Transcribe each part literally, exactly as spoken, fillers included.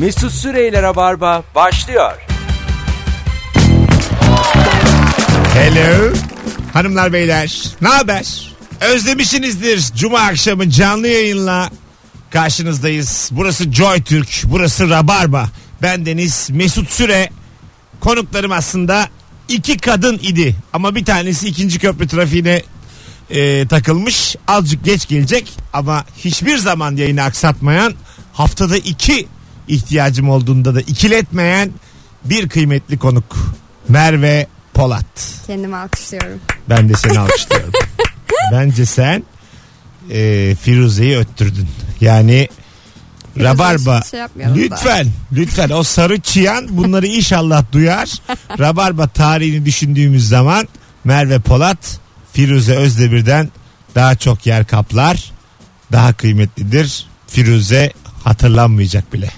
Mesut Süreyler'e Barba başlıyor. Hello. Hanımlar beyler, ne haber? Özlemişsinizdir. Cuma akşamı canlı yayınla karşınızdayız. Burası Joy Türk, burası Rabarba. Ben Deniz Mesut Süre. Konuklarım aslında iki kadın idi. Ama bir tanesi ikinci köprü trafiğine e, takılmış. Azıcık geç gelecek ama hiçbir zaman yayını aksatmayan, haftada iki ihtiyacım olduğunda da ikiletmeyen bir kıymetli konuk. Merve Polat. Kendimi alkışlıyorum. Ben de seni alkışlıyorum. Bence sen e, Firuze'yi öttürdün. Yani Firuze Rabarba şey lütfen da. lütfen o sarı çıyan bunları inşallah duyar. Rabarba tarihini düşündüğümüz zaman Merve Polat Firuze Özdemir'den daha çok yer kaplar, daha kıymetlidir. Firuze hatırlanmayacak bile.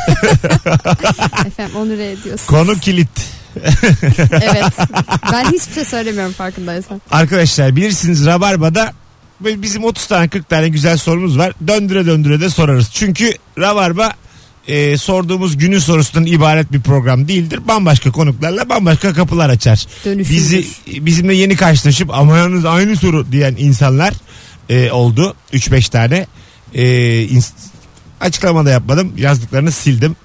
Efendim onur ediyorsunuz. Konu kilit. Evet. Ben hiçbir şey söylemiyorum farkındaysan. Arkadaşlar bilirsiniz Rabarba'da bizim otuz tane kırk tane güzel sorumuz var. Döndüre döndüre de sorarız. Çünkü Rabarba e, sorduğumuz günün sorusundan ibaret bir program değildir. Bambaşka konuklarla bambaşka kapılar açar. Dönüşümdür. Bizi bizimle yeni karşılaşıp ama yalnız aynı soru diyen insanlar e, oldu. üç beş tane. E, inst- açıklamada yapmadım. Yazdıklarını sildim.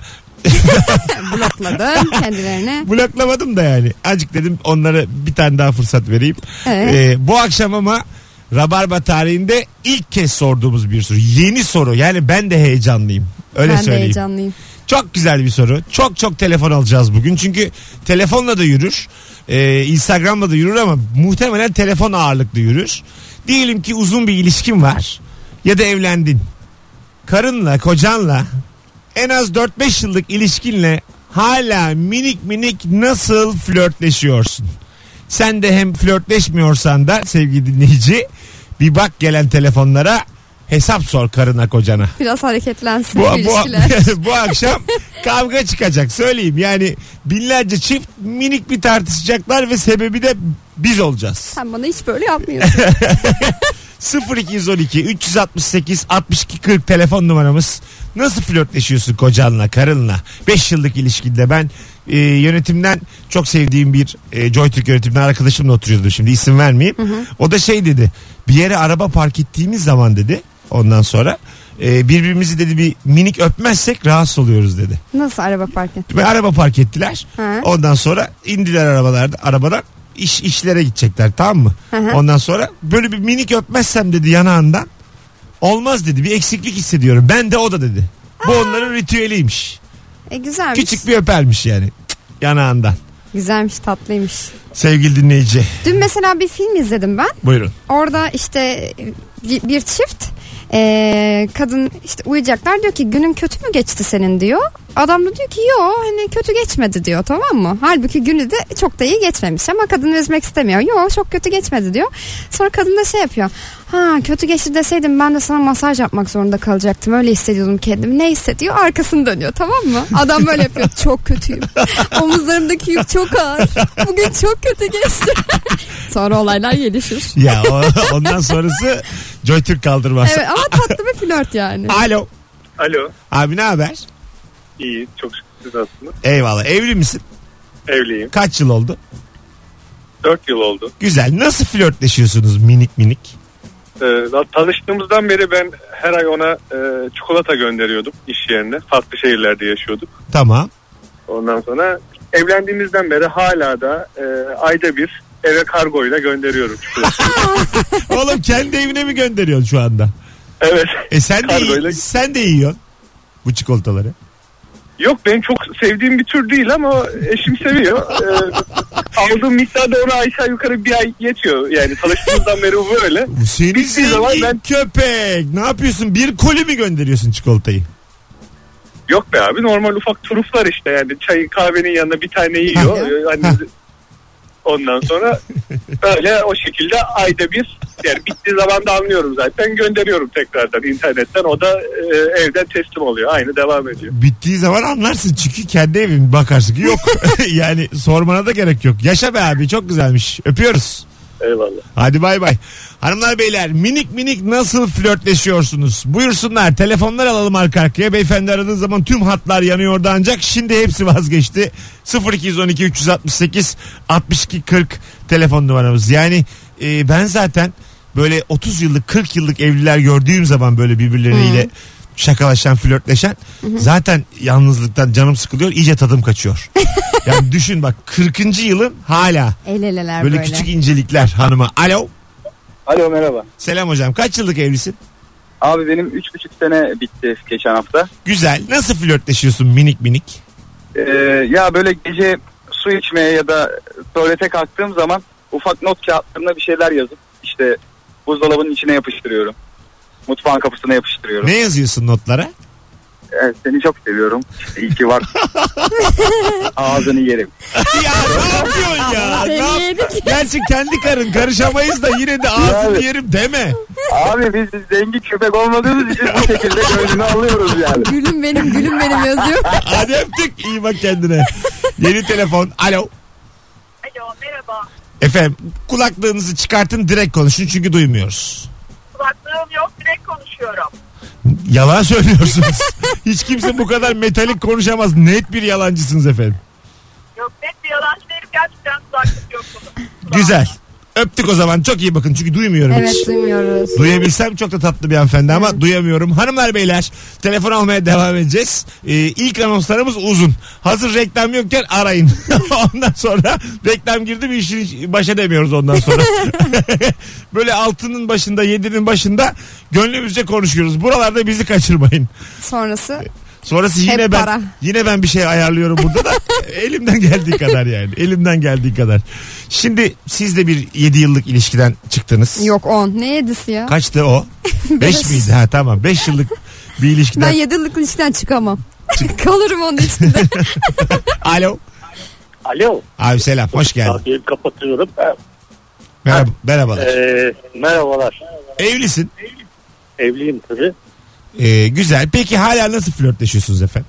Blokladım kendilerine. Bloklamadım da yani. Azıcık dedim onlara bir tane daha fırsat vereyim. Evet. Ee, bu akşam ama Rabarba tarihinde ilk kez sorduğumuz bir soru. Yeni soru. Yani ben de heyecanlıyım. Öyle ben söyleyeyim. Ben de heyecanlıyım. Çok güzel bir soru. Çok çok telefon alacağız bugün. Çünkü telefonla da yürür. Ee, Instagram'la da yürür ama muhtemelen telefon ağırlıklı yürür. Diyelim ki uzun bir ilişkin var. Ya da evlendin. Karınla, kocanla en az dört beş yıllık ilişkinle hala minik minik nasıl flörtleşiyorsun? Sen de hem flörtleşmiyorsan da sevgili dinleyici bir bak gelen telefonlara, hesap sor karına kocana. Biraz hareketlensin bu, ilişkiler. Bu, bu akşam kavga çıkacak söyleyeyim. Yani binlerce çift minik bir tartışacaklar ve sebebi de biz olacağız. Sen bana hiç böyle yapmıyorsun. sıfır iki on iki üç altı sekiz altmış iki kırk telefon numaramız. Nasıl flörtleşiyorsun kocanla, karınla? beş yıllık ilişkide ben e, yönetimden çok sevdiğim bir e, JoyTürk yönetimden arkadaşımla oturuyordum, şimdi isim vermeyeyim. Hı hı. O da şey dedi, bir yere araba park ettiğimiz zaman dedi, ondan sonra e, birbirimizi dedi bir minik öpmezsek rahatsız oluyoruz dedi. Nasıl araba park ettiler? Ve araba park ettiler. Hı. Ondan sonra indiler arabalarda, arabadan iş işlere gidecekler, tamam mı? Hı hı. Ondan sonra böyle bir minik öpmezsem dedi yanağından olmaz dedi, bir eksiklik hissediyorum. Ben de o da dedi. Bu Aa. onların ritüeliymiş. E güzelmiş. Küçük bir öpermiş yani yanağından. Güzelmiş, tatlıymış. Sevgili dinleyici. Dün mesela bir film izledim ben. Buyurun. Orada işte bir, bir çift e, kadın işte uyuyacaklar, diyor ki günün kötü mü geçti senin diyor. Adam da diyor ki yo hani kötü geçmedi diyor, tamam mı? Halbuki günü de çok da iyi geçmemiş ama kadını üzmek istemiyor. Yo çok kötü geçmedi diyor. Sonra kadın da şey yapıyor. Ha kötü geçti deseydim ben de sana masaj yapmak zorunda kalacaktım. Öyle hissediyordum kendimi. Ne hissediyor? Arkasını dönüyor, tamam mı? Adam böyle yapıyor. Çok kötüyüm. Omuzlarımdaki yük çok ağır. Bugün çok kötü geçti. Sonra olaylar gelişir. Ya o, ondan sonrası JoyTürk kaldırmaz. Evet ama tatlı bir flört yani. Alo. Alo. Abi ne haber? İyi, çok şükür aslında. Eyvallah. Evli misin? Evliyim. Kaç yıl oldu? Dört yıl oldu. Güzel. Nasıl flörtleşiyorsunuz minik minik? Ee, tanıştığımızdan beri ben her ay ona e, çikolata gönderiyordum iş yerine. Farklı şehirlerde yaşıyorduk. Tamam. Ondan sonra evlendiğimizden beri hala da e, ayda bir eve kargoyla gönderiyorum çikolata. Oğlum kendi evine mi gönderiyorsun şu anda? Evet. E sen de, yi- sen de yiyorsun bu çikolataları. Yok, ben çok sevdiğim bir tür değil ama eşim seviyor. Ee, aldığım miktarda ona aşağı yukarı bir ay yetiyor. Yani tanıştığımızdan beri bu böyle. Bu senin zengin ben... köpek. Ne yapıyorsun? Bir koli mi gönderiyorsun çikolatayı? Yok be abi, normal ufak turuflar işte, yani çayın kahvenin yanında bir tane yiyor. hani ondan sonra böyle o şekilde ayda bir, yani bittiği zaman da anlıyorum zaten, gönderiyorum tekrardan internetten, o da e, evden teslim oluyor, aynı devam ediyor. Bittiği zaman anlarsın çünkü kendi evin, bakarsın ki yok. Yani sormana da gerek yok. Yaşa be abi, çok güzelmiş, öpüyoruz. Eyvallah. Hadi bay bay. Hanımlar beyler minik minik nasıl flörtleşiyorsunuz? Buyursunlar. Telefonlar alalım arka arkaya. Beyefendi aradığı zaman tüm hatlar yanıyordu ancak şimdi hepsi vazgeçti. sıfır iki on iki üç altı sekiz altmış iki kırk telefon numaramız. Yani e, ben zaten böyle otuz yıllık kırk yıllık evliler gördüğüm zaman böyle birbirleriyle hmm. şakalaşan, flörtleşen hı hı. zaten yalnızlıktan canım sıkılıyor, iyice tadım kaçıyor. Yani düşün bak kırkıncı yılın hala el eleler böyle, böyle küçük incelikler hanıma. Alo. Alo merhaba. Selam hocam. Kaç yıllık evlisin? Abi benim üç buçuk sene bitti geçen hafta. Güzel. Nasıl flörtleşiyorsun minik minik? Ee, ya böyle gece su içmeye ya da tuvalete kalktığım zaman ufak not kağıtlarına bir şeyler yazıp işte buzdolabının içine yapıştırıyorum. Mutfağın kapısına yapıştırıyorum. Ne yazıyorsun notlara? Evet, seni çok seviyorum. İşte iyi ki var. Ağzını yerim. Ya ne yapıyorsun ya? Ne yap- Gerçi kendi karın karışamayız da yine de ağzını abi, yerim deme. Abi biz zengin köpek olmadığımız için bu şekilde gönlünü alıyoruz yani. Gülüm benim gülüm benim yazıyor. Hadi öptük. İyi bak kendine. Yeni telefon. Alo. Alo merhaba. Efendim kulaklığınızı çıkartın direkt konuşun çünkü duymuyoruz. Kulaklığım yok direkt konuşuyorum. Yalan söylüyorsunuz. Hiç kimse bu kadar metalik konuşamaz. Net bir yalancısınız efendim. Yok net bir yalancı değilim gerçekten kulaklık yok bunun. Güzel. Öptük o zaman. Çok iyi bakın çünkü duymuyorum evet, hiç. Evet duymuyoruz. Duyabilsem çok da tatlı bir hanımefendi ama evet. duyamıyorum. Hanımlar beyler telefon almaya devam edeceğiz. Ee, ilk anonslarımız uzun. Hazır reklam yokken arayın. Ondan sonra reklam girdi bir işin baş edemiyoruz ondan sonra. Böyle altının başında yedinin başında gönlümüzce konuşuyoruz. Buralarda bizi kaçırmayın. Sonrası Sonrası yine hep ben para. yine ben bir şey ayarlıyorum burada da elimden geldiği kadar yani. Elimden geldiği kadar. Şimdi siz de bir yedi yıllık ilişkiden çıktınız. Yok on. Ne yedisi ya? Kaçtı o? beş miydi? Ha tamam. beş yıllık bir ilişkiden. Ben yedi yıllık ilişkiden çıkamam. Kalırım onun içinde. Alo. Alo. Abi selam. Hoş geldin. Abi kapatıyorum. Merhaba, merhabalar. Ee, merhabalar. Evlisin. Evliyim tabii. Ee, güzel. Peki hala nasıl flörtleşiyorsunuz efendim?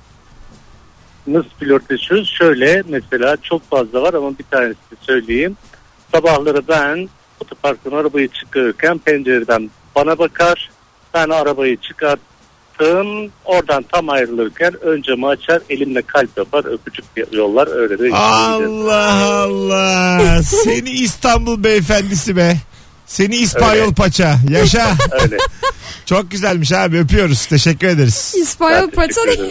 Nasıl flörtleşiyoruz? Şöyle mesela çok fazla var ama bir tanesini söyleyeyim. Sabahları ben otoparktan arabayı çıkarırken pencereden bana bakar. Ben arabayı çıkarttım. Oradan tam ayrılırken ön camı açar. Elimle kalp yapar. Öpücük yollar. Öyle de. Allah Allah. Seni İstanbul beyefendisi be. Seni İspanyol öyle. Paça. Yaşa. Öyle. Çok güzelmiş abi, öpüyoruz. Teşekkür ederiz. İspanyol paça değil.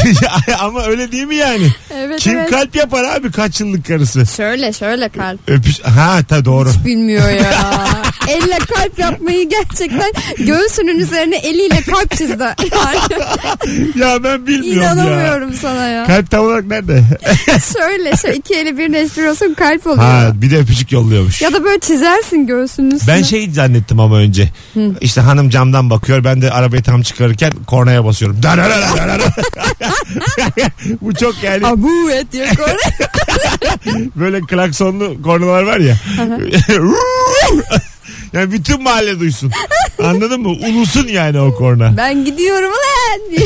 Ama öyle değil mi yani? Evet, Kim evet. kalp yapar abi kaç yıllık karısı? Şöyle şöyle kalp. Öpüş. Ha tabii doğru. Hiç bilmiyor ya. Elle kalp yapmayı gerçekten göğsünün üzerine eliyle kalp çizdi. Yani. Ya ben bilmiyorum ya. İnanamıyorum sana ya. Kalp tam olarak nerede? Şöyle şu iki eli birleştiriyorsun kalp oluyor. Ha bir de öpücük yolluyormuş. Ya da böyle çizersin göğsünün üstüne. Ben şey zannettim ama önce. Hı. İşte hanım camdan bakıyor. Ben de arabayı tam çıkarırken kornaya basıyorum. Bu çok yani. Abu et diye korna. Böyle klaksonlu kornalar var ya. Yani bütün mahalle duysun. Anladın mı? Ulusun yani o korna. Ben gidiyorum lan diye.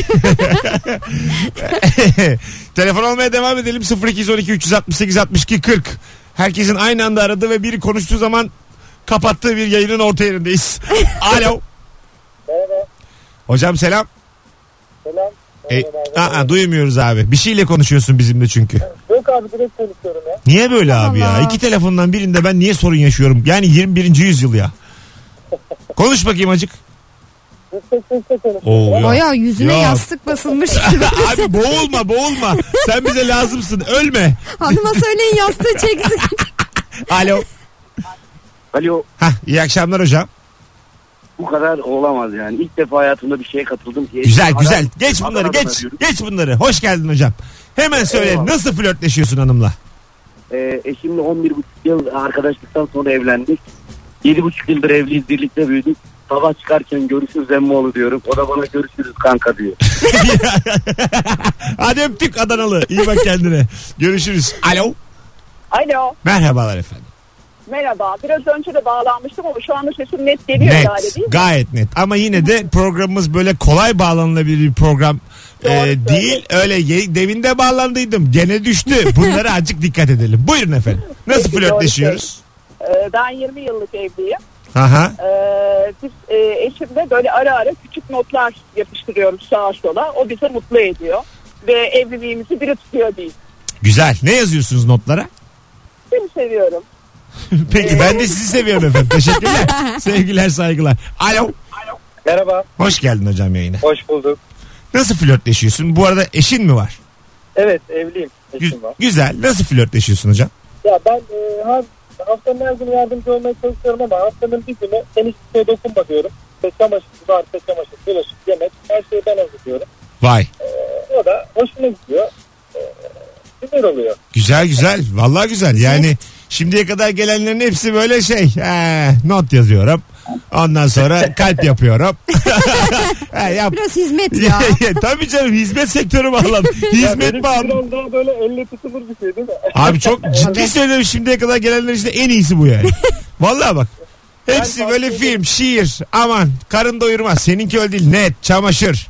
Telefon almaya devam edelim. sıfır iki on iki üç altı sekiz altmış iki kırk. Herkesin aynı anda aradığı ve biri konuştuğu zaman kapattığı bir yayının orta yerindeyiz. Alo. Merhaba. Hocam selam. Selam. E, aa, duymuyoruz abi. Bir şeyle konuşuyorsun bizimle çünkü. Yok abi direkt konuşuyorum ya. Niye böyle abi Allah. ya? İki telefondan birinde ben niye sorun yaşıyorum? Yani yirmi birinci yüzyıl ya. Konuş bakayım acık. Yüksek sesle konuşuyorum. Oo, ya. Baya yüzüne Ya. yastık basılmış gibi. Abi boğulma boğulma. Sen bize lazımsın. Ölme. Hanıma söyleyin yastığı çeksin. Alo. Alo. Hah, iyi akşamlar hocam. Bu kadar olamaz yani. İlk defa hayatımda bir şeye katıldım ki. Güzel Adam- güzel. Geç bunları Adana'dan geç. arıyorum. Geç bunları. Hoş geldin hocam. Hemen söyle. Eyvallah. Nasıl flörtleşiyorsun hanımla? Ee, eşimle on bir buçuk yıl arkadaşlıktan sonra evlendik. yedi buçuk yıldır evliyiz, birlikte büyüdük. Sabah çıkarken görüşürüz emmoğlu diyorum. O da bana görüşürüz kanka diyor. Hadi öptük Adanalı. İyi bak kendine. Görüşürüz. Alo. Alo Merhabalar efendim. merhaba. Biraz önce de bağlanmıştım ama şu anda sesim net geliyor Net. herhalde değil mi? Gayet net. Ama yine de programımız böyle kolay bağlanılabilir bir program Doğru ee, söylüyorsun. değil. Öyle ye- demin de bağlandıydım. Gene düştü. Bunlara azıcık dikkat edelim. Buyurun efendim. Nasıl Peki, flörtleşiyoruz? Ee, Ee, ben yirmi yıllık evliyim. Aha. Ee, biz e, eşimle böyle ara ara küçük notlar yapıştırıyoruz sağa sola. O bizi mutlu ediyor. Ve evliliğimizi diri tutuyor değil. Güzel. Ne yazıyorsunuz notlara? Seni seviyorum. Peki ben de sizi seviyorum efendim. Teşekkürler. Sevgiler, saygılar. Alo. Merhaba. Hoş geldin hocam yayına. Hoş bulduk. Nasıl flörtleşiyorsun? Bu arada eşin mi var? Evet, evliyim. Gü- Eşim var. güzel. Nasıl flörtleşiyorsun hocam? Ya ben e, her, haftanın her günü yardımcı olmaya çalışıyorum ama haftanın bir günü sen hiçbir şeye dokunma diyorum. İşte çamaşır, var, çamaşır, bulaşık, yemek, her şeyi ben hazırlıyorum. Vay. E, o da hoşuna gidiyor. E, güzel oluyor. Güzel güzel. Vallahi güzel. Yani şimdiye kadar gelenlerin hepsi böyle şey. He, not yazıyorum. Ondan sonra kalp yapıyorum. He, yap. Biraz hizmet ya. Tabii canım, hizmet sektörü bağladım. Hizmet bağladım. Biraz daha böyle elle tutulur bir şey değil mi? Abi çok ciddi söylüyorum, şimdiye kadar gelenler işte en iyisi bu yani. Vallahi bak. Hepsi Ben böyle bahsedeyim. film, şiir, aman karın doyurmaz. Seninki öyle değil, net, çamaşır.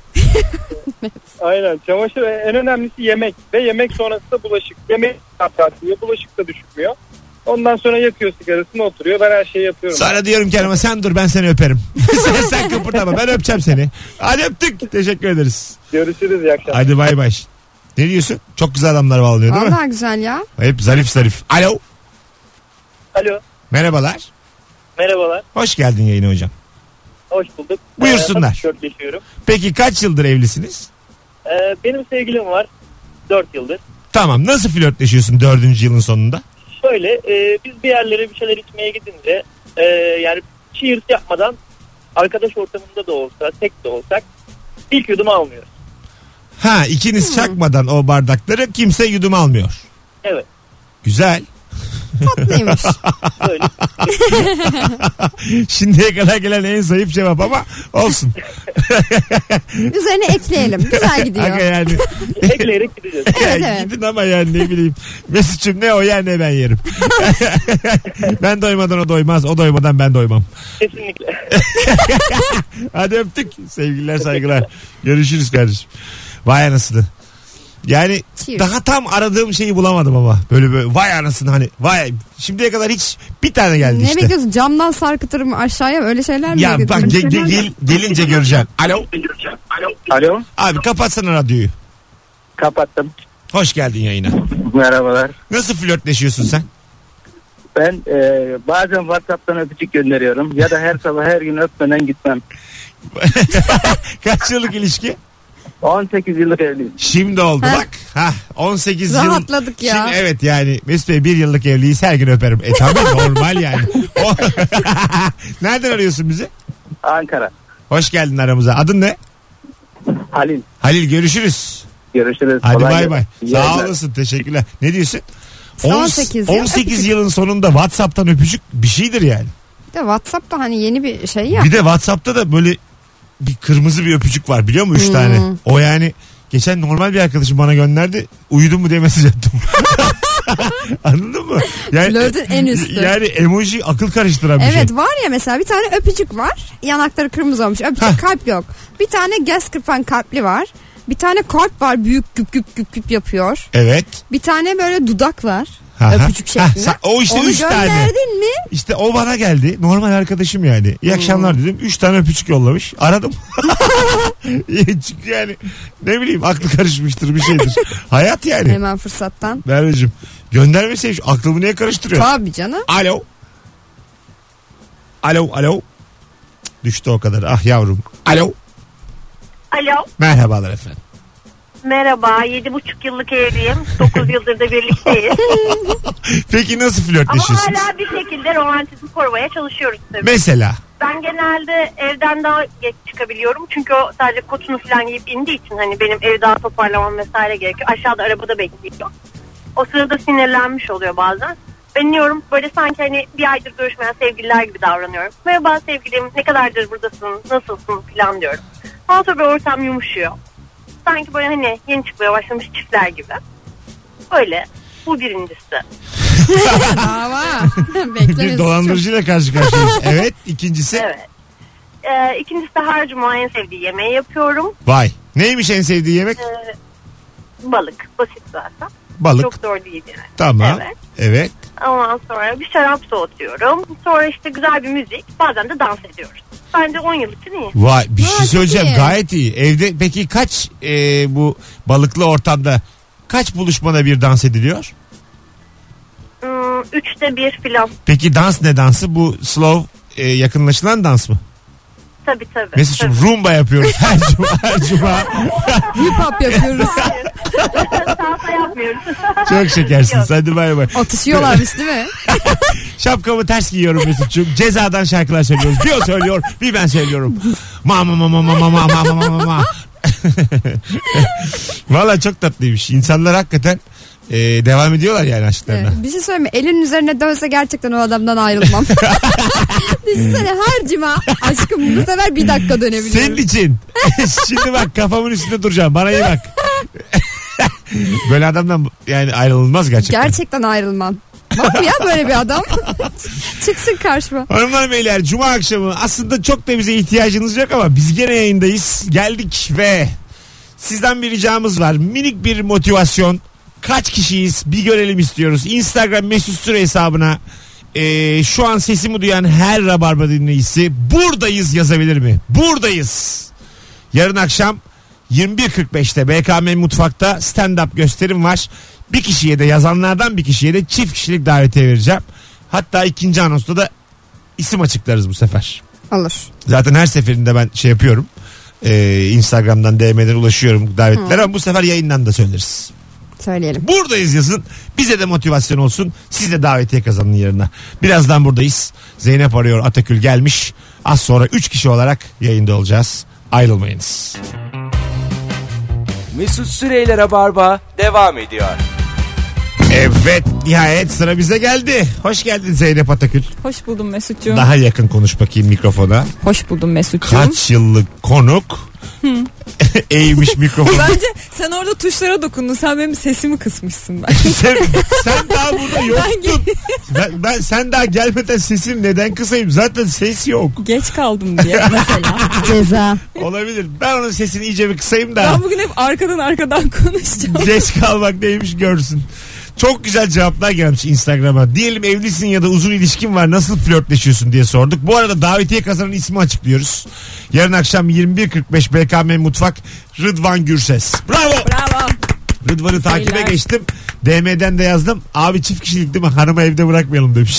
Aynen, çamaşır en önemlisi yemek ve yemek sonrası da bulaşık. Yemek atıyor, bulaşık da düşmüyor. Ondan sonra yakıyor sigarasını, oturuyor. Ben her şeyi yapıyorum. Sonra diyorum ki ama sen dur, ben seni öperim. sen, sen kıpırdama, ben öpeceğim seni. Hadi öptük. Teşekkür ederiz. Görüşürüz, iyi akşamlar. Hadi bay bay. Ne diyorsun? Çok güzel adamlar bağlanıyor değil mi? Vallahi güzel ya. Hep zarif zarif. Alo. Alo, Merhabalar. merhabalar. Hoş geldin yayına hocam. Hoş bulduk. Buyursunlar. Ee, flörtleşiyorum. Peki kaç yıldır evlisiniz? Ee, benim sevgilim var. dört yıldır. Tamam, nasıl flörtleşiyorsun dördüncü yılın sonunda? Şöyle e, biz bir yerlere bir şeyler içmeye gidince e, yani cheers yapmadan arkadaş ortamında da olsa tek de olsak ilk yudum almıyoruz. Ha, ikiniz çakmadan o bardakları kimse yudum almıyor. Evet. Güzel. Tatlıymış. Böyle. Şimdiye kadar gelen en zayıf cevap ama olsun. Üzerine ekleyelim. Güzel gidiyor. Aga yani. Ekleyerek gideceğiz. Evet, Ya evet. gidin ama yani ne bileyim. Mesut'cum ne o yer ne ben yerim. Ben doymadan o doymaz. O doymadan ben doymam. Kesinlikle. Hadi öptük. Sevgiler, saygılar. Görüşürüz kardeşim. Vay anasını. Yani Cheers. daha tam aradığım şeyi bulamadım ama. Böyle böyle vay anasını, hani vay. Şimdiye kadar hiç bir tane geldi Ne işte. bekliyorsun? Camdan sarkıtırım aşağıya, öyle şeyler mi Ya bak bekliyorsun? ge- ge- gel- gelince göreceksin. Alo. Alo, Abi kapatsana radyoyu. kapattım. Hoş geldin yayına. Merhabalar. Nasıl flörtleşiyorsun sen? Ben e, bazen WhatsApp'tan öpücük gönderiyorum ya da her sabah her gün öpmeden gitmem. Kaç yıllık ilişki? on sekiz yıllık evliyim. Şimdi oldu Ha. bak. Ha, on sekiz yıl. Rahatladık ya. Şimdi evet yani Mesut Bey bir yıllık evliyiz, her gün öperim. E tabii normal yani. O... Nereden arıyorsun bizi? Ankara. Hoş geldin aramıza. Adın ne? Halil. Halil, görüşürüz. Görüşürüz. Hadi Kolay bay gelsin. bay. İyi Sağ yayınlar. olasın, teşekkürler. Ne diyorsun? on sekiz yıl on sekiz öpücük. yılın sonunda WhatsApp'tan öpücük bir şeydir yani. De WhatsApp'ta hani yeni bir şey ya. Bir de WhatsApp'ta da böyle bir kırmızı bir öpücük var, biliyor musun? Üç Hmm. tane. O yani geçen normal bir arkadaşım bana gönderdi. Uyudun mu diye mesaj attım. Anladın mı? Yani, Flörtün en üstü. Yani emoji akıl karıştıran bir şey. Evet, var ya mesela bir tane öpücük var. Yanakları kırmızı olmuş. Öpücük, Heh. kalp yok. Bir tane göz kırpan kalpli var. Bir tane kalp var, büyük güp güp güp güp yapıyor. Evet. Bir tane böyle dudak var. Aha. Öpücük şeklinde. Ha, sen- o işte Onu üç tane. gönderdin mi? İşte o bana geldi. Normal arkadaşım yani. İyi akşamlar Hmm. dedim. Üç tane öpücük yollamış. Aradım. Çünkü yani ne bileyim, aklı karışmıştır, bir şeydir. Hayat yani. Hemen fırsattan. Merveciğim, göndermeseymiş, aklımı niye karıştırıyor? Tabii canım. Alo. Alo, alo. Cık, düştü o kadar. Ah yavrum. Alo. Alo. Merhabalar efendim. Merhaba. Yedi buçuk yıllık evliyim. Dokuz yıldır da birlikteyiz. Peki nasıl Ama flörtleşiyorsunuz? hala bir şekilde romantizmi korumaya çalışıyoruz tabii. Mesela. Ben genelde evden daha geç çıkabiliyorum. Çünkü o sadece kotunu falan giyip indiği için hani benim evi daha toparlamam vesaire gerekiyor. Aşağıda arabada bekliyor. O sırada sinirlenmiş oluyor bazen. Ben iniyorum, böyle sanki hani bir aydır görüşmeyen sevgililer gibi davranıyorum. Merhaba sevgilim, ne kadardır buradasın, nasılsın falan diyorum. Ama tabii ortam yumuşuyor. Sanki böyle hani yeni çıkmaya başlamış çiftler gibi. Öyle. Bu birincisi. Dava. Bir Bekleriz. dolandırıcıyla karşı karşıyayız. Evet. İkincisi. Evet. Ee, ikincisi de her cuma en sevdiği yemeği yapıyorum. Vay. Neymiş en sevdiği yemek? Ee, balık. Basit zaten. Balık. Çok zor değil yani. Tamam. Evet. Evet. Ondan sonra bir şarap soğutuyorum. Sonra işte güzel bir müzik. Bazen de dans ediyoruz. Bence on yıl için iyi. Vay bir Ha, şey çok söyleyeceğim, iyi. gayet iyi. Evde peki kaç e, bu balıklı ortamda kaç buluşmada bir dans ediliyor? Hmm, üçte bir filan. Peki dans ne dansı? Bu slow e, yakınlaşılan dans mı? Tabii tabii. Mesut'cum tabii. rumba yapıyoruz her cuma. Her cuma. Hip hop yapıyoruz. Hayır. Salsa yapmıyoruz. Çok şekersin. Yok. Hadi bay bay. Atışıyorlarmış değil mi? Şapkamı ters giyiyorum Mesut'cum. Cezadan şarkılar söylüyoruz. Bir o söylüyor, bir ben söylüyorum. Ma ma ma ma ma ma ma ma ma ma ma. Valla çok tatlıymış. İnsanlar hakikaten e, devam ediyorlar yani aşklarına. Evet, bir şey söyleyeyim mi? Elin üzerine dönse gerçekten o adamdan ayrılmam. Düşünsene her cuma aşkım bu sefer bir dakika dönebiliyorum. Senin için. Şimdi bak kafamın üstünde duracağım. Bana iyi bak. Böyle adamdan yani ayrılmaz gerçekten. Gerçekten ayrılmam. Var mı ya böyle bir adam? Çıksın karşıma. Hanımlar beyler cuma akşamı aslında çok da bize ihtiyacınız yok ama biz gene yayındayız. Geldik ve sizden bir ricamız var. Minik bir motivasyon. Kaç kişiyiz bir görelim istiyoruz. Instagram Mesut Süre hesabına e, şu an sesimi duyan her Rabarba dinleyicisi buradayız yazabilir mi? Buradayız. Yarın akşam yirmi bir kırk beşte B K M Mutfak'ta stand-up gösterim var. Bir kişiye de yazanlardan bir kişiye de çift kişilik davetiye vereceğim. Hatta ikinci anonsta da isim açıklarız bu sefer. Olur. Zaten her seferinde ben şey yapıyorum. Ee, Instagram'dan D M'den ulaşıyorum davetlere ama bu sefer yayından da söyleriz. Söyleyelim. Buradayız yazın. Bize de motivasyon olsun. Siz de davetiye kazanın yarına. Birazdan buradayız. Zeynep arıyor. Atakül gelmiş. Az sonra üç kişi olarak yayında olacağız. Ayrılmayınız. Mesut Süreyler'e barba devam ediyor. Evet nihayet sıra bize geldi. Hoş geldin Zeynep Atakül. Hoş buldum Mesut'cuğum. Daha yakın konuş bakayım mikrofona. Hoş buldum Mesut'cuğum. Kaç yıllık konuk eğmiş mikrofonu. Bence sen orada tuşlara dokundun. Sen benim sesimi kısmışsın ben. sen, sen daha burada yoktun. Ben, ben sen daha gelmeden sesini neden kısayım? Zaten ses yok. Geç kaldım diye mesela. Ceza. Olabilir. Ben onun sesini iyice bir kısayım da. Ben bugün hep arkadan arkadan konuşacağım. Geç kalmak neymiş görsün. Çok güzel cevaplar gelmiş Instagram'a. Diyelim evlisin ya da uzun ilişkin var, nasıl flörtleşiyorsun diye sorduk. Bu arada davetiye kazanan ismi açıklıyoruz. Yarın akşam yirmi bir kırk beş B K M Mutfak, Rıdvan Gürses. Bravo. Bravo. Rıdvan'ı takibe Şeyler. geçtim. D M'den de yazdım. Abi çift kişilik değil mi? Hanımı evde bırakmayalım demiş.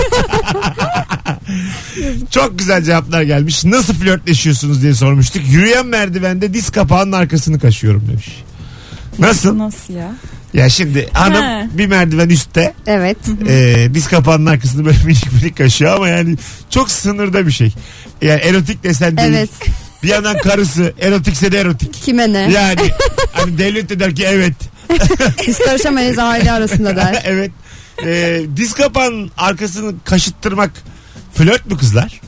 Çok güzel cevaplar gelmiş. Nasıl flörtleşiyorsunuz diye sormuştuk. Yürüyen merdivende diz kapağının arkasını kaşıyorum demiş. Nasıl? Nasıl ya? Ya şimdi hanım He. bir merdiven üstte, Evet. e, diz kapağının arkasını böyle minik minik kaşıyor ama yani çok sınırda bir şey. Yani erotik desen değil. Evet. Bir yandan karısı, erotikse de erotik. Kime ne? Yani hani devlet de der ki evet. Biz karışamayız aile arasında der. Evet. E, diz kapağının arkasını kaşıttırmak flört mü kızlar?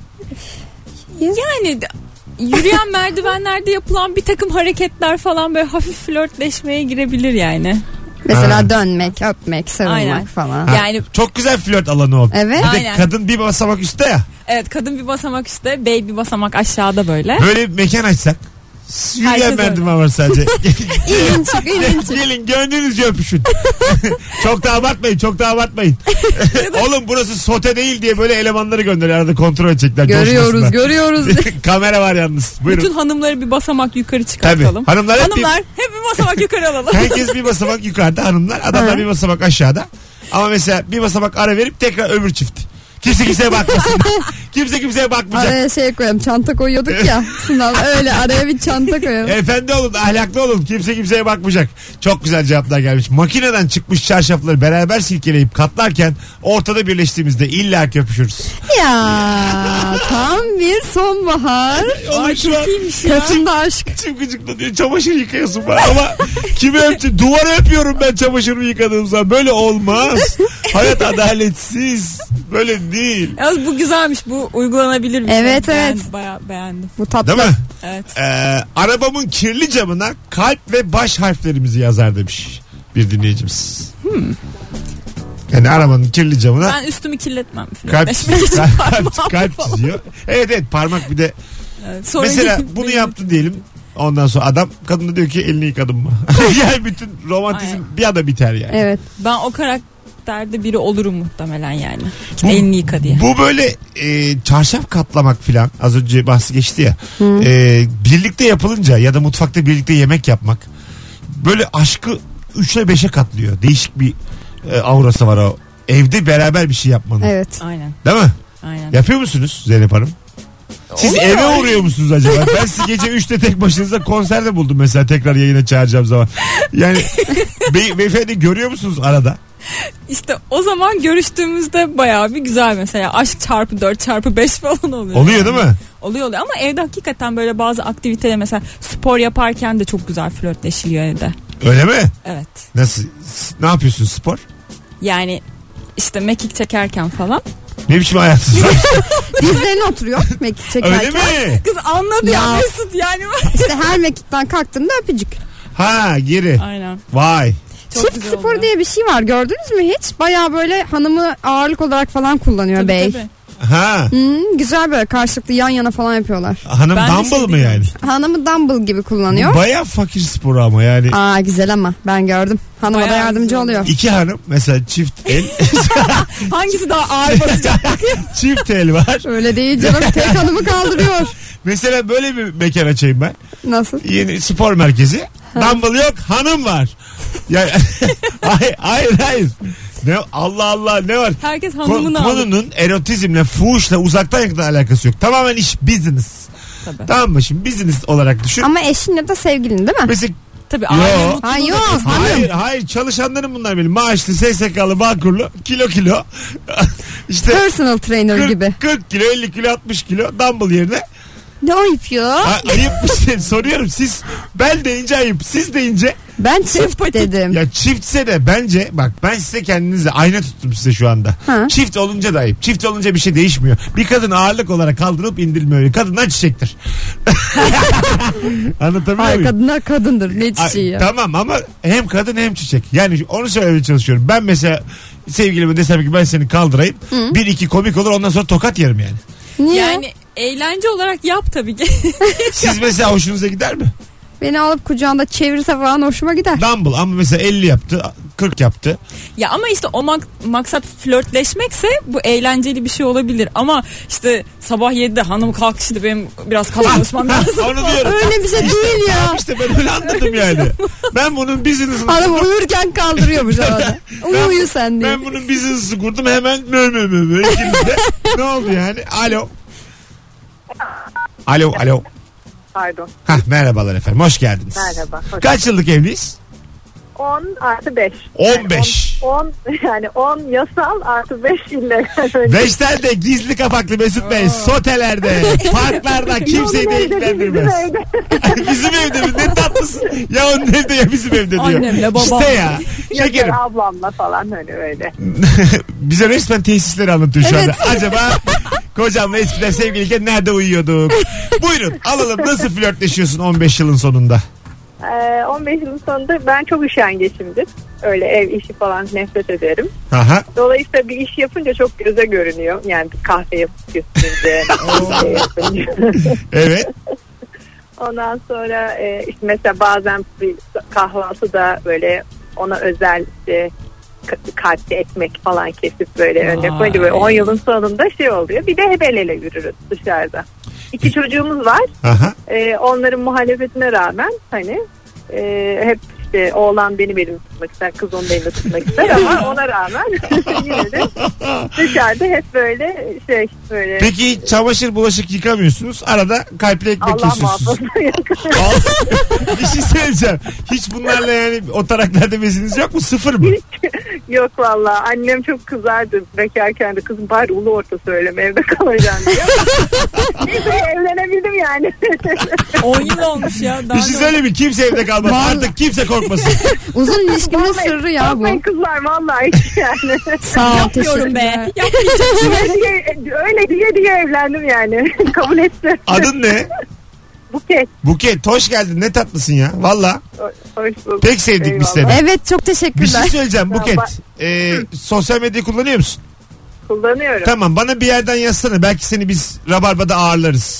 Yani yürüyen merdivenlerde yapılan bir takım hareketler falan böyle hafif flörtleşmeye girebilir yani. Mesela Ha. dönmek, öpmek, sarılmak Aynen. falan. Ha, Yani- çok güzel flört alanı o. Evet. Bir de Aynen. kadın bir basamak üstte ya. Evet, kadın bir basamak üstte, bey bir basamak aşağıda böyle. Böyle bir mekan açsak. Yürüyen Herkes merdiven var sadece. İlginç, ilginç. Gelin gönlünüzce öpüşün. Çok da abartmayın, çok da abartmayın. Oğlum burası sote değil diye böyle elemanları gönderiyor. Arada kontrol edecekler. Görüyoruz, coşmasınlar. görüyoruz. Kamera var yalnız. Buyurun. Bütün hanımları bir basamak yukarı Tabii. çıkartalım. Hanımlar hep Hanımlar hep bir basamak yukarı alalım. bir, herkes bir basamak yukarıda hanımlar. Adamlar bir basamak aşağıda. Ama mesela bir basamak ara verip tekrar öbür çift. Kimse kimseye bakmasın. Kimse kimseye bakmayacak. Araya şey koyalım, çanta koyuyorduk ya sınav, öyle araya bir çanta koyalım. Efendi olun, ahlaklı olun. Kimse kimseye bakmayacak. Çok güzel cevaplar gelmiş. Makineden çıkmış çarşafları beraber silkeleyip katlarken ortada birleştiğimizde illa ki öpüşürüz. Ya tam bir sonbahar. Ay şu an Kasım'da aşk. içim gıcıklanıyor. Çamaşır yıkıyorsun bana ama kimi öptü? Duvarı öpüyorum ben çamaşırımı yıkadığım zaman. Böyle olmaz. Hayat adaletsiz. Böyle değil. Yalnız bu güzelmiş, bu uygulanabilir bir Evet, şey. evet. Beğendim, bayağı beğendim. Bu tatlı. Değil mi? Evet. Ee, arabamın kirli camına kalp ve baş harflerimizi yazar demiş bir dinleyicimiz. Hmm. Yani arabanın kirli camına Ben üstümü kirletmem. kalp, flörtleşmek için kalp, parmağım kalp çiziyor. Evet evet parmak bir de. Evet, sonra Mesela gidip bunu benim- yaptın diyelim. Ondan sonra adam kadına diyor ki elini yıkadın mı? Yani bütün romantizm Aynen. bir anda biter yani. Evet. Ben o karakterde biri olurum muhtemelen yani. İşte elini yıka diye. Bu böyle e, çarşaf katlamak filan az önce bahsi geçti ya. E, birlikte yapılınca ya da mutfakta birlikte yemek yapmak böyle aşkı üçe beşe katlıyor. Değişik bir e, aurası var o. Evde beraber bir şey yapmanın. Evet. Aynen. Değil mi? Aynen. Yapıyor musunuz Zeynep Hanım? Siz Oluyor. eve uğruyor musunuz acaba? Ben sizi gece üçte tek başınıza konserde buldum mesela tekrar yayına çağıracağım zaman. Yani be- beyefendi görüyor musunuz arada? İşte o zaman görüştüğümüzde bayağı bir güzel mesela aşk çarpı dört çarpı beş falan oluyor. Oluyor yani. değil mi? Oluyor oluyor ama evde hakikaten böyle bazı aktiviteler mesela spor yaparken de çok güzel flörtleşiliyor evde. Öyle mi? Evet. Nasıl? Ne yapıyorsun spor? Yani işte mekik çekerken falan. Ne biçim hayatınız var? Dizlerine oturuyor mekik çekerken. Öyle mi? Kız anladı ya, Ya. Mesut yani. İşte her mekikten kalktığında öpücük. Ha geri. Aynen. Vay. Çok Çift güzel spor oluyor. diye bir şey var, gördünüz mü hiç? Baya böyle hanımı ağırlık olarak falan kullanıyor Tabii, bey. tabii. Ha. Hmm, güzel böyle karşılıklı yan yana falan yapıyorlar. Hanım Ben de dumbbell şey mı yani? Hanımı dumbbell gibi kullanıyor. Baya fakir sporu ama yani. Aa güzel ama ben gördüm. Hanıma da Bayağı yardımcı güzel oluyor. İki hanım mesela çift el. Hangisi daha ağır basacak? Çift el var. Öyle değil canım, tek hanımı kaldırıyor. Mesela böyle bir mekan açayım ben. Nasıl? Yeni spor merkezi. Dumbbell yok, hanım var. Ya hayır hayır hayır. Ne Allah Allah ne var? Herkes Ko- hanımını alır. konunun erotizmle, fuhuşla uzaktan yakından alakası yok. Tamamen iş business. Tabii. Tamam mı şimdi business olarak düşün. Ama eşinle de sevgilin değil mi? Mesela Tabii Yo. aile mutluluğu Ha, da yok. kesin. hayır hayır çalışanlarım bunlar benim. Maaşlı, S S K'lı, Bağkurlu, kilo kilo. işte Personal trainer kırk, gibi. kırk kilo, elli kilo, altmış kilo dumbbell yerine. Ne ayıp ya? Ha, ayıp bir şey soruyorum siz. Ben deyince ayıp, siz deyince. Ben çift dedim. Ya çiftse de bence bak ben size kendinize ayna tuttum size şu anda. Ha. Çift olunca da ayıp. Çift olunca bir şey değişmiyor. Bir kadın ağırlık olarak kaldırıp indirilmiyor. Kadınlar çiçektir. Anlatabiliyor Hayır, muyum? kadınlar kadındır. Ne Ay, çiçeği ya? tamam ama hem kadın hem çiçek. Yani onu söylemeye çalışıyorum. Ben mesela sevgilime desem ki ben seni kaldırayım. Bir iki komik olur ondan sonra tokat yerim yani. Niye? Yani eğlence olarak yap tabii ki. Siz mesela hoşunuza gider mi? Beni alıp kucağında çevirse falan hoşuma gider. Dumbbell ama mesela elli yaptı, kırk yaptı. Ya ama işte o mak- maksat flörtleşmekse bu eğlenceli bir şey olabilir. Ama işte sabah yedide hanım kalk işte benim biraz kalkmışmam lazım. Onu diyorum. Öyle bir şey değil ya. Tamam işte ben öyle anladım yani. Ben bunun business'ını Hanım uyurken kaldırıyormuş arada. Uyu uyu sen diye. Ben bunun business'ı kurdum hemen mö mö mö mö ikimiz de. Ne oldu yani? Alo. Alo alo. Pardon. Hah merhabalar efendim hoş geldiniz. Merhaba. Hoş Kaç yıllık evliyiz? on artı beş. on beş. on yani on yasal artı beş illegal. Beşten de gizli kapaklı Mesut Bey sotelerde, parklarda kimseyi de ilgilendirmez. Bizim evde mi? Ne tatlısın. Ya onun evde ya bizim evde diyor. Annemle babam. İşte ya. Şekerim. Şekerim. Ablamla falan hani öyle. Bize resmen tesisleri anlatıyor şu anda. Acaba kocamla eskiden sevgiliyken nerede uyuyorduk? Buyurun alalım. Nasıl flörtleşiyorsun on beş yılın sonunda? Ee, on beş yılın sonunda ben çok üşengeçimdir. Öyle ev işi falan nefret ederim. Aha. Dolayısıyla bir iş yapınca çok göze görünüyor. Yani bir kahve yapıp götürünce. bir şey yapınca. Evet. Ondan sonra e, işte mesela bazen bir kahvaltıda böyle ona özel işte kalpli ekmek falan kesip böyle önce koyunca böyle on yılın sonunda şey oluyor. Bir de hep el ele yürürüz dışarıda. İki çocuğumuz var. Aha. Ee, onların muhalefetine rağmen hani e, hep işte oğlan beni benim tutmak ister, kız onu beni tutmak ister ama ona rağmen yine de dışarıda hep böyle şey böyle. Peki çamaşır bulaşık yıkamıyorsunuz. Arada kalpli ekmek Allah kesiyorsunuz. muhafaza. Bir şey söyleyeceğim. Hiç bunlarla yani o taraklarda beziniz yok mu? Sıfır mı? Yok valla annem çok kızardı bekarken de kızım bari ulu orta söyleme evde kalacaksın diyor. Neyse evlenebildim yani. on yıl olmuş ya. Daha Bir şey ne söyleyeyim mi? Kimse evde kalmaz. Vallahi. Artık kimse korkmasın. Uzun ilişkinin Vallahi sırrı ya bu. korkmayın kızlar vallahi yani. Sağ ol, yapıyorum be. teşekkürler. Yapmayacağım. öyle, diye, öyle diye diye evlendim yani. Kabul etti. Adın ne? Buket. Buket. Hoş geldin. Ne tatlısın ya. Valla. Hoş bulduk. Pek sevdik biz Eyvallah. seni. Evet çok Bir şey teşekkürler. söyleyeceğim Ya Buket. bak- Ee, sosyal medyayı kullanıyor musun? Kullanıyorum. Tamam bana bir yerden yazsana. Belki seni biz Rabarba'da ağırlarız.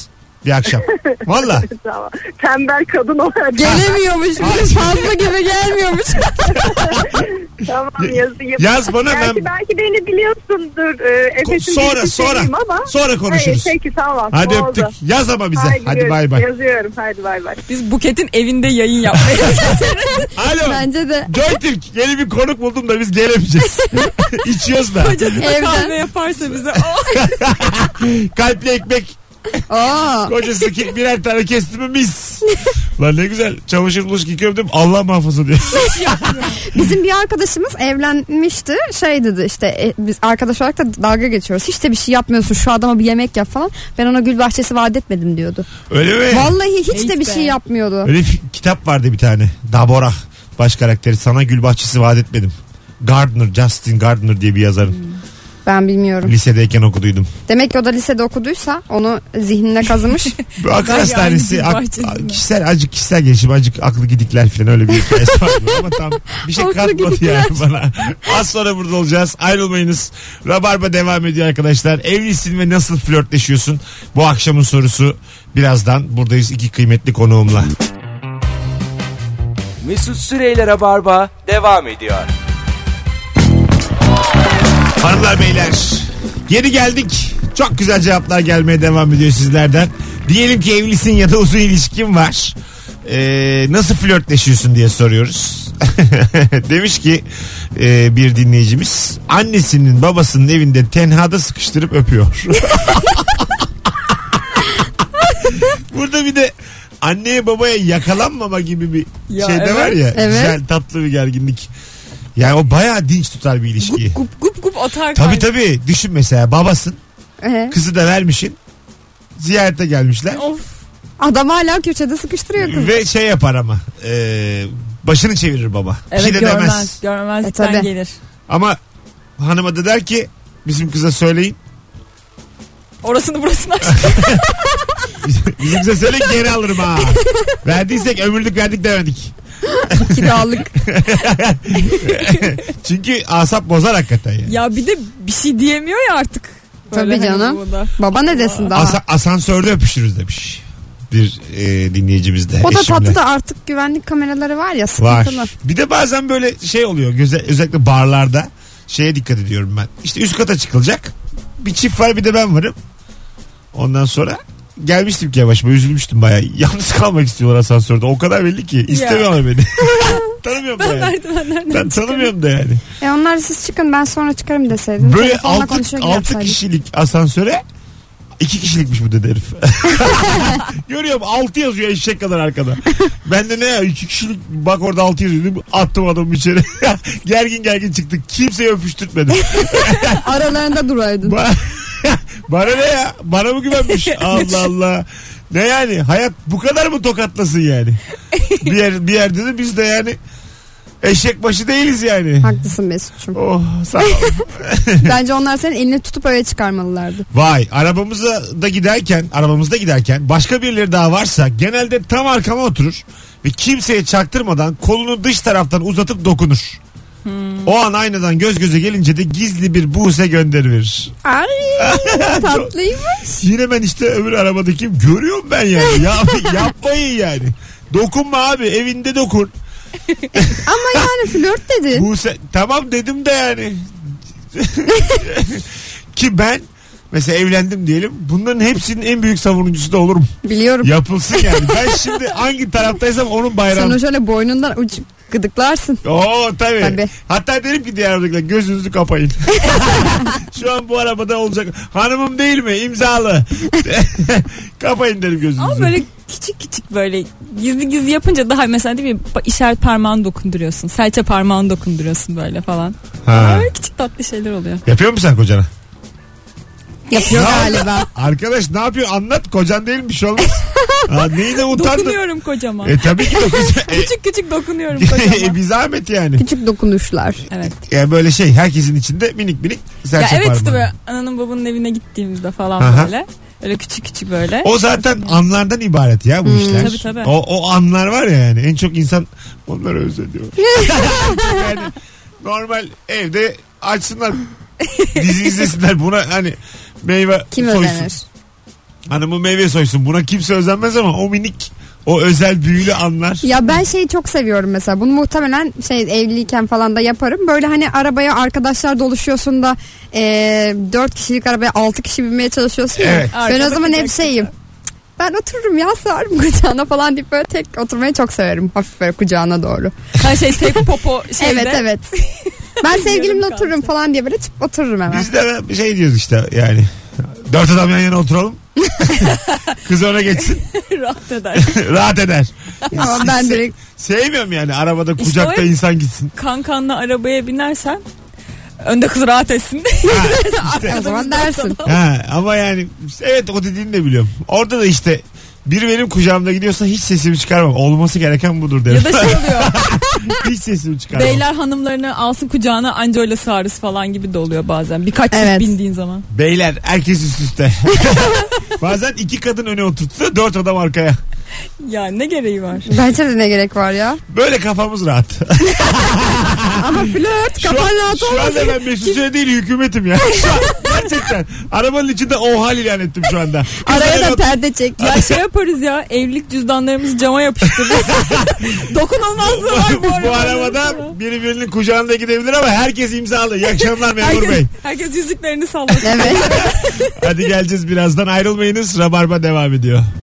bir akşam. Valla. Tamam. Tembel kadın olarak. Gelemiyormuş. Bir fazla gibi gelmiyormuş. Tamam yazayım. Yaz bana belki, ben. belki beni biliyorsundur. Ee, Efes'in Sonra sonra. ama. Sonra konuşuruz. Hayır, peki tamam. Hadi oldu. öptük. Yaz ama bize. Haydi, Hadi bay bay. Yazıyorum. Hadi bay bay. Biz Buket'in evinde yayın yapmayı. Alo. Bence de. Joy Türk yeni bir konuk buldum da biz gelemeyeceğiz. İçiyoruz da. Kocası da Evden. kahve yaparsa bize. Kalpli ekmek. Aa. Kocası ki birer tane kesti mi mis. Lan ne güzel. Çamaşır bulaşık yıkıyorum dedim. Allah muhafaza diyor. Bizim bir arkadaşımız evlenmişti. Şey dedi işte e, biz arkadaş olarak da dalga geçiyoruz. Hiç de bir şey yapmıyorsun. Şu adama bir yemek yap falan. Ben ona gül bahçesi vaat etmedim diyordu. Öyle mi? Vallahi hiç Hiç de bir be. şey yapmıyordu. Öyle bir kitap vardı bir tane. Dabora baş karakteri. Sana gül bahçesi vaat etmedim. Gardner, Justin Gardner diye bir yazarın. Ben bilmiyorum. Lisedeyken okuduydum. Demek ki o da lisede okuduysa onu zihnine kazımış. Bu akıl Ben hastanesi. yani Ak, bahçesinde. kişisel, acık kişisel gelişim, acık aklı gidikler falan öyle bir hikayesi var. Ama tam bir şey Aklı katmadı gidikler. yani bana. Az sonra burada olacağız. Ayrılmayınız. Rabarba devam ediyor arkadaşlar. Evlisin ve nasıl flörtleşiyorsun? Bu akşamın sorusu. Birazdan buradayız iki kıymetli konuğumla. Mesut Süreyler'e barba devam ediyor. Hanımlar beyler geri geldik. Çok güzel cevaplar gelmeye devam ediyor sizlerden. Diyelim ki evlisin ya da uzun ilişkin var. Ee, nasıl flörtleşiyorsun diye soruyoruz. Demiş ki e, bir dinleyicimiz annesinin babasının evinde tenhada sıkıştırıp öpüyor. Burada bir de anneye babaya yakalanmama gibi bir Ya şey de evet, var ya. evet. Güzel tatlı bir gerginlik. Yani o bayağı dinç tutar bir ilişkiyi. Gup gup gup gup atar. Tabii tabii. Düşün mesela babasın. Ee, Kızı da vermişin. Ziyarete gelmişler. Of. adam hala köşede sıkıştırıyor kızı. Ve şey yapar ama. E, başını çevirir baba. Bir Evet şey de görmez. demez. Görmezlikten E, tabii. gelir. Ama hanıma da der ki bizim kıza söyleyin. Orasını burasını aç. Bizim kıza söyleyin geri alırım ha. Verdiysek ömürlük verdik demedik. Kiralık. Çünkü asap bozar hakikaten yani. Ya bir de bir şey diyemiyor ya artık. Tabii Böyle hani canım. bu da. Baba ne desin daha? Asa- asansörde öpüşürüz demiş. Bir e, dinleyicimiz de. O da eşimle. tatlı da artık güvenlik kameraları var ya Var. sıkıntılı. Bir de bazen böyle şey oluyor. Göze, özellikle barlarda şeye dikkat ediyorum ben. İşte üst kata çıkılacak. Bir çift var bir de ben varım. Ondan sonra gelmiştim ki yavaşıma üzülmüştüm bayağı. Yalnız kalmak istiyorlar asansörde. O kadar belli ki. İstemiyorlar beni. Tanımıyorum da Ben yani. merdivenlerden Ben tanımıyorum da yani. E onlar siz çıkın ben sonra çıkarım deseydin. Böyle Telefonla altı, konuşuyor gibi altı yapsaydın. kişilik asansöre iki kişilikmiş bu dedi herif. Görüyorum altı yazıyor eşek kadar arkada. Ben de ne ya iki kişilik bak orada altı yazıyor. Dedim, attım adamı içeri. Gergin gergin çıktık. Kimseyi öpüştürtmedim. Aralarında duraydın. Ba- Bana ne ya? Bana mı güvenmiş? Allah Allah. Ne yani? Hayat bu kadar mı tokatlasın yani? Bir, yer, bir yerde de biz de yani eşek başı değiliz yani. Haklısın Mesut'cum. Oh sağ ol. Bence onlar senin elini tutup öyle çıkarmalılardı. Vay arabamıza da giderken arabamızda giderken başka birileri daha varsa genelde tam arkama oturur ve kimseye çaktırmadan kolunu dış taraftan uzatıp dokunur. Hmm. O an aynadan göz göze gelince de gizli bir buğse gönderir. Ay tatlıymış. Yine ben işte öbür arabadakiyim görüyorum ben yani. Ya, yapmayın yani. Dokunma abi evinde dokun. Ama yani flört dedi. Buse, tamam dedim de yani. Ki ben mesela evlendim diyelim. Bunların hepsinin en büyük savunucusu da olurum. Biliyorum. Yapılsın yani. Ben şimdi hangi taraftaysam onun Sen bayrağını. o şöyle boynundan uç gıdıklarsın. Oo tabii. Tabii. Hatta derim ki diğer arabadakiler gözünüzü kapayın. Şu an bu arabada olacak. Hanımım değil mi? İmzalı. Kapayın derim gözünüzü. Ama böyle küçük küçük böyle gizli gizli yapınca daha mesela değil mi işaret parmağını dokunduruyorsun. Serçe parmağını dokunduruyorsun böyle falan. Ha. Böyle küçük tatlı şeyler oluyor. Yapıyor musun sen kocana? Yapıyor galiba. Arkadaş ne yapıyor? Anlat. Kocan değil mi? Bir şey olmaz. Aa, neyine utandın? Dokunuyorum kocama. E tabii ki dokun. Küçük küçük dokunuyorum E, kocama. bir zahmet yani. Küçük dokunuşlar. Evet. Yani böyle şey herkesin içinde minik minik Ya serçe evet işte parmağı. böyle ananın babanın evine gittiğimizde falan Aha. böyle. Öyle küçük küçük böyle. O zaten anlardan ibaret ya bu Hmm. işler. Tabii, tabii. O, o anlar var ya yani en çok insan onları özlediyor. Yani normal evde açsınlar dizi izlesinler buna hani meyve Kim soysun. özenir? Hanımı meyve soysun. Buna kimse özenmez ama o minik, o özel büyülü anlar. Ya ben şeyi çok seviyorum mesela. Bunu muhtemelen şey evliyken falan da yaparım. Böyle hani arabaya arkadaşlar doluşuyorsun da e, dört kişilik arabaya altı kişi binmeye çalışıyorsun ya. Evet. Ben o zaman hep şeyim. Ben otururum ya, sığarım kucağına falan deyip böyle tek oturmayı çok severim. Hafif böyle kucağına doğru. Her şey tek popo şeyde. Evet evet. Ben sevgilimle Yarım otururum kalacak. falan diye böyle çıp otururum hemen. Biz de bir şey diyoruz işte yani. Dört adam yan yana oturalım. Kız ona geçsin. Rahat eder. Rahat eder. Ama ben direkt Sevmiyorum yani arabada İşte kucakta o- insan gitsin. Kankanla arabaya binersen önde kız rahat etsin. Ha, işte. o zaman dersin. Ha, ama yani evet o dediğini de biliyorum. Orada da işte biri benim kucağımda gidiyorsa hiç sesimi çıkarmam. Olması gereken budur derim. Ya da şey oluyor. Hiç sesimi çıkarmam. Beyler hanımlarını alsın kucağına anca öyle sığarız falan gibi de oluyor bazen. Birkaç Evet. çift bindiğin zaman. Beyler herkes üst üste. Bazen iki kadın öne oturttu, dört adam arkaya. Ya ne gereği var? Bence de ne gerek var ya. Böyle kafamız rahat. Ama flört Şu, kafan an, rahat şu olmasın. anda ben Mesut Süre değil hükümetim ya. Şu an, gerçekten. Arabanın içinde o hal ilan ettim şu anda. Araya da Kızlar- perde çek. Ya şey yaparız ya, evlilik cüzdanlarımızı cama yapıştırırız. Dokunulmazlığı var bu bu, arada. bu arabada biri birinin kucağında gidebilir ama herkes imzalı. İyi akşamlar memur Herkes, bey. herkes yüzüklerini sallasın. Evet. Hadi geleceğiz birazdan, ayrılmayınız. Rabarba devam ediyor.